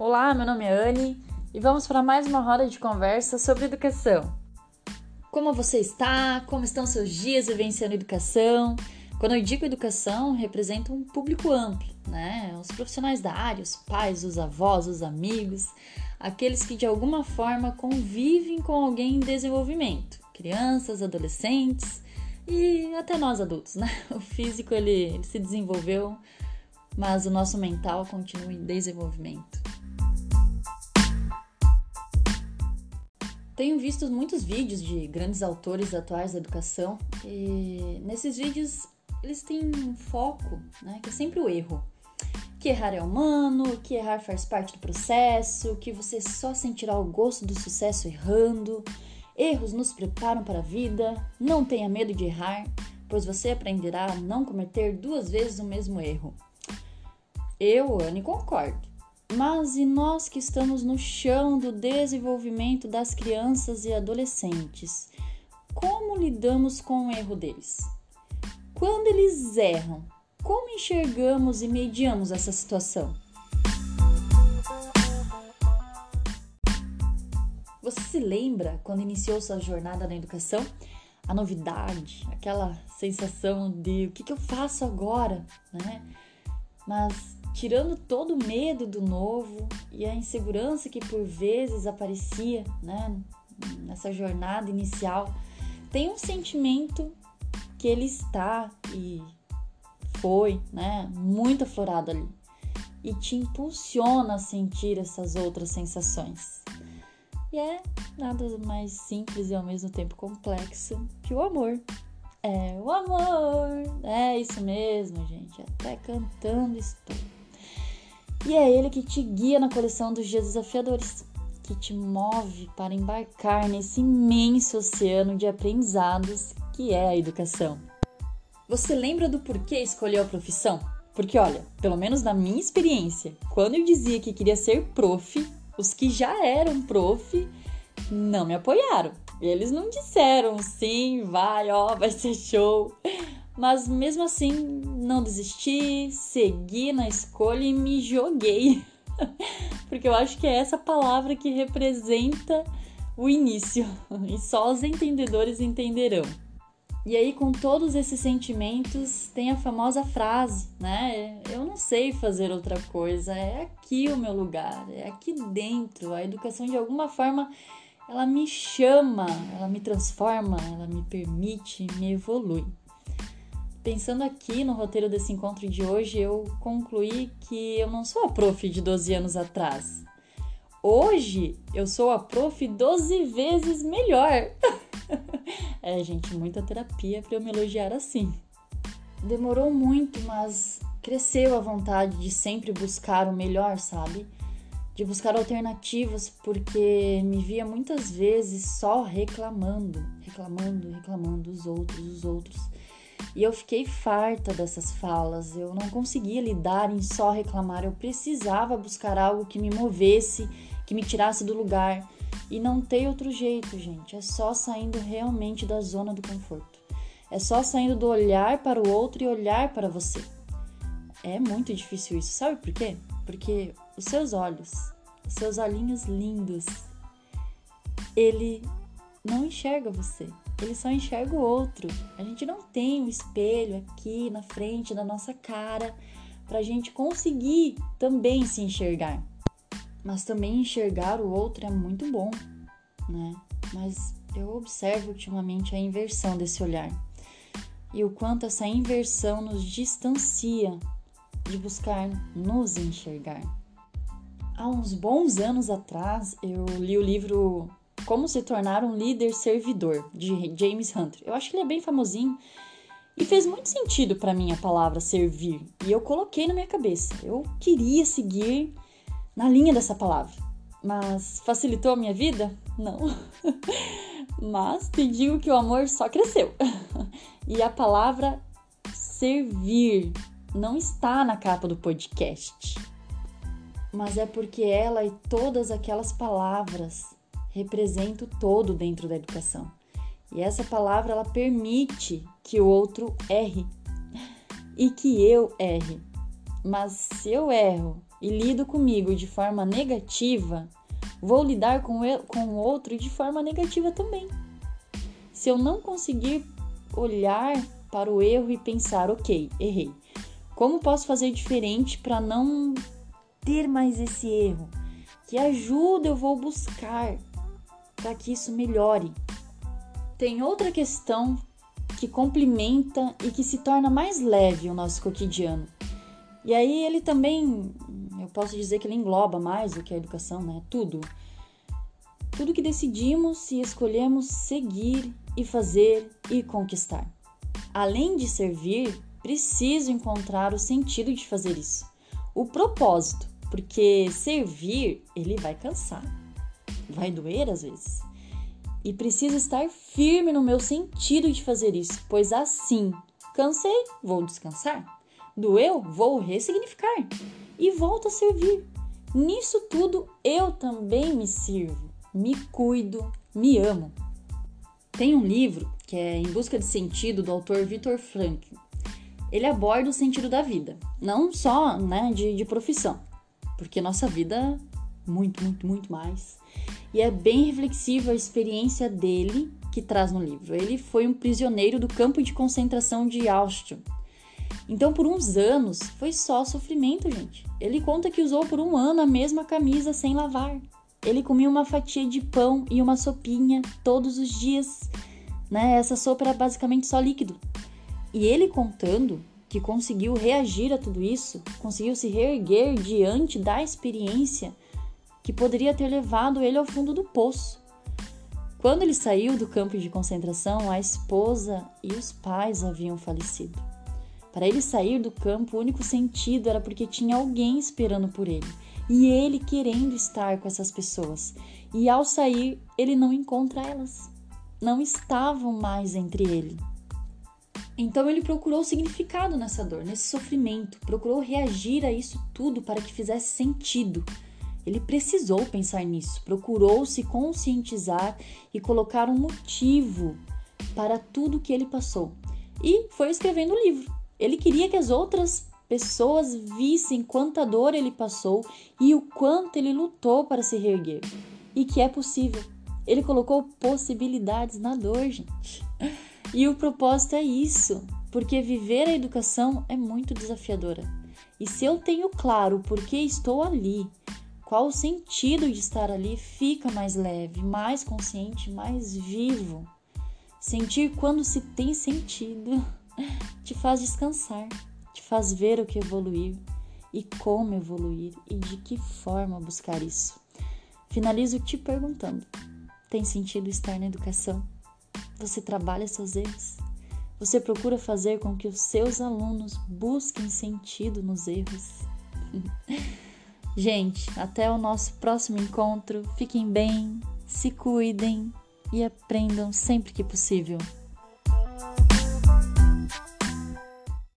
Olá, meu nome é Anne e vamos para mais uma roda de conversa sobre educação. Como você está? Como estão seus dias vivenciando educação? Quando eu digo educação, representa um público amplo, né? Os profissionais da área, os pais, os avós, os amigos, aqueles que de alguma forma convivem com alguém em desenvolvimento, crianças, adolescentes e até nós adultos, né? O físico ele se desenvolveu, mas o nosso mental continua em desenvolvimento. Tenho visto muitos vídeos de grandes autores atuais da educação e nesses vídeos eles têm um foco, né, que é sempre o erro. Que errar é humano, que errar faz parte do processo, que você só sentirá o gosto do sucesso errando. Erros nos preparam para a vida, não tenha medo de errar, pois você aprenderá a não cometer 2 vezes o mesmo erro. Eu, Anne, concordo. Mas e nós que estamos no chão do desenvolvimento das crianças e adolescentes? Como lidamos com o erro deles? Quando eles erram, como enxergamos e mediamos essa situação? Você se lembra quando iniciou sua jornada na educação? A novidade, aquela sensação de o que eu faço agora, né? Mas tirando todo o medo do novo e a insegurança que por vezes aparecia, né, nessa jornada inicial, tem um sentimento que ele está e foi, né, muito aflorado ali e te impulsiona a sentir essas outras sensações. E é nada mais simples e ao mesmo tempo complexo que o amor. O amor, é isso mesmo, gente, até cantando estou. E é ele que te guia na coleção dos dias desafiadores, que te move para embarcar nesse imenso oceano de aprendizados que é a educação. Você lembra do porquê escolheu a profissão? Porque olha, pelo menos na minha experiência, quando eu dizia que queria ser prof, os que já eram prof não me apoiaram. Eles não disseram sim, vai ser show. Mas mesmo assim, não desisti, segui na escolha e me joguei. Porque eu acho que é essa palavra que representa o início. E só os entendedores entenderão. E aí, com todos esses sentimentos, tem a famosa frase, né? Eu não sei fazer outra coisa, é aqui o meu lugar, é aqui dentro. A educação, de alguma forma, ela me chama, ela me transforma, ela me permite, me evolui. Pensando aqui no roteiro desse encontro de hoje, eu concluí que eu não sou a prof de 12 anos atrás. Hoje, eu sou a prof 12 vezes melhor. Gente, muita terapia para eu me elogiar assim. Demorou muito, mas cresceu a vontade de sempre buscar o melhor, sabe? De buscar alternativas, porque me via muitas vezes só reclamando os outros. E eu fiquei farta dessas falas, eu não conseguia lidar em só reclamar, eu precisava buscar algo que me movesse, que me tirasse do lugar. E não tem outro jeito, gente, é só saindo realmente da zona do conforto. É só saindo do olhar para o outro e olhar para você. É muito difícil isso, sabe por quê? Porque os seus olhos, os seus olhinhos lindos, ele não enxerga você. Ele só enxerga o outro. A gente não tem um espelho aqui na frente da nossa cara para a gente conseguir também se enxergar. Mas também enxergar o outro é muito bom, né? Mas eu observo ultimamente a inversão desse olhar. E o quanto essa inversão nos distancia de buscar nos enxergar. Há uns bons anos atrás, eu li o livro Como se tornar um líder servidor, de James Hunter. Eu acho que ele é bem famosinho e fez muito sentido para mim a palavra servir. E eu coloquei na minha cabeça. Eu queria seguir na linha dessa palavra. Mas facilitou a minha vida? Não. Mas te digo que o amor só cresceu. E a palavra servir não está na capa do podcast. Mas é porque ela e todas aquelas palavras representa o todo dentro da educação. E essa palavra, ela permite que o outro erre e que eu erre. Mas se eu erro e lido comigo de forma negativa, vou lidar com o outro de forma negativa também. Se eu não conseguir olhar para o erro e pensar, ok, errei. Como posso fazer diferente para não ter mais esse erro? Que ajuda eu vou buscar para que isso melhore? Tem outra questão que complementa e que se torna mais leve o nosso cotidiano. E aí ele também, eu posso dizer que ele engloba mais do que a educação, né? Tudo. Tudo que decidimos e escolhemos seguir e fazer e conquistar. Além de servir, preciso encontrar o sentido de fazer isso. O propósito, porque servir, ele vai cansar. Vai doer às vezes. E preciso estar firme no meu sentido de fazer isso, pois assim, cansei, vou descansar. Doeu, vou ressignificar e volto a servir. Nisso tudo, eu também me sirvo, me cuido, me amo. Tem um livro que é Em Busca de Sentido, do autor Viktor Frankl. Ele aborda o sentido da vida, não só de profissão, porque nossa vida é muito mais. E é bem reflexiva a experiência dele que traz no livro. Ele foi um prisioneiro do campo de concentração de Auschwitz. Então, por uns anos, foi só sofrimento, gente. Ele conta que usou por um ano a mesma camisa sem lavar. Ele comia uma fatia de pão e uma sopinha todos os dias. Essa sopa era basicamente só líquido. E ele contando que conseguiu reagir a tudo isso, conseguiu se reerguer diante da experiência que poderia ter levado ele ao fundo do poço. Quando ele saiu do campo de concentração, a esposa e os pais haviam falecido. Para ele sair do campo, o único sentido era porque tinha alguém esperando por ele, e ele querendo estar com essas pessoas. E ao sair, ele não encontra elas. Não estavam mais entre ele. Então ele procurou significado nessa dor, nesse sofrimento, procurou reagir a isso tudo para que fizesse sentido. Ele precisou pensar nisso, procurou se conscientizar e colocar um motivo para tudo que ele passou. E foi escrevendo o livro. Ele queria que as outras pessoas vissem quanta dor ele passou e o quanto ele lutou para se reerguer. E que é possível. Ele colocou possibilidades na dor, gente. E o propósito é isso, porque viver a educação é muito desafiadora. E se eu tenho claro por que estou ali, qual o sentido de estar ali, fica mais leve, mais consciente, mais vivo. Sentir quando se tem sentido te faz descansar, te faz ver o que evoluir e como evoluir e de que forma buscar isso. Finalizo te perguntando: tem sentido estar na educação? Você trabalha seus erros? Você procura fazer com que os seus alunos busquem sentido nos erros? Gente, até o nosso próximo encontro. Fiquem bem, se cuidem e aprendam sempre que possível.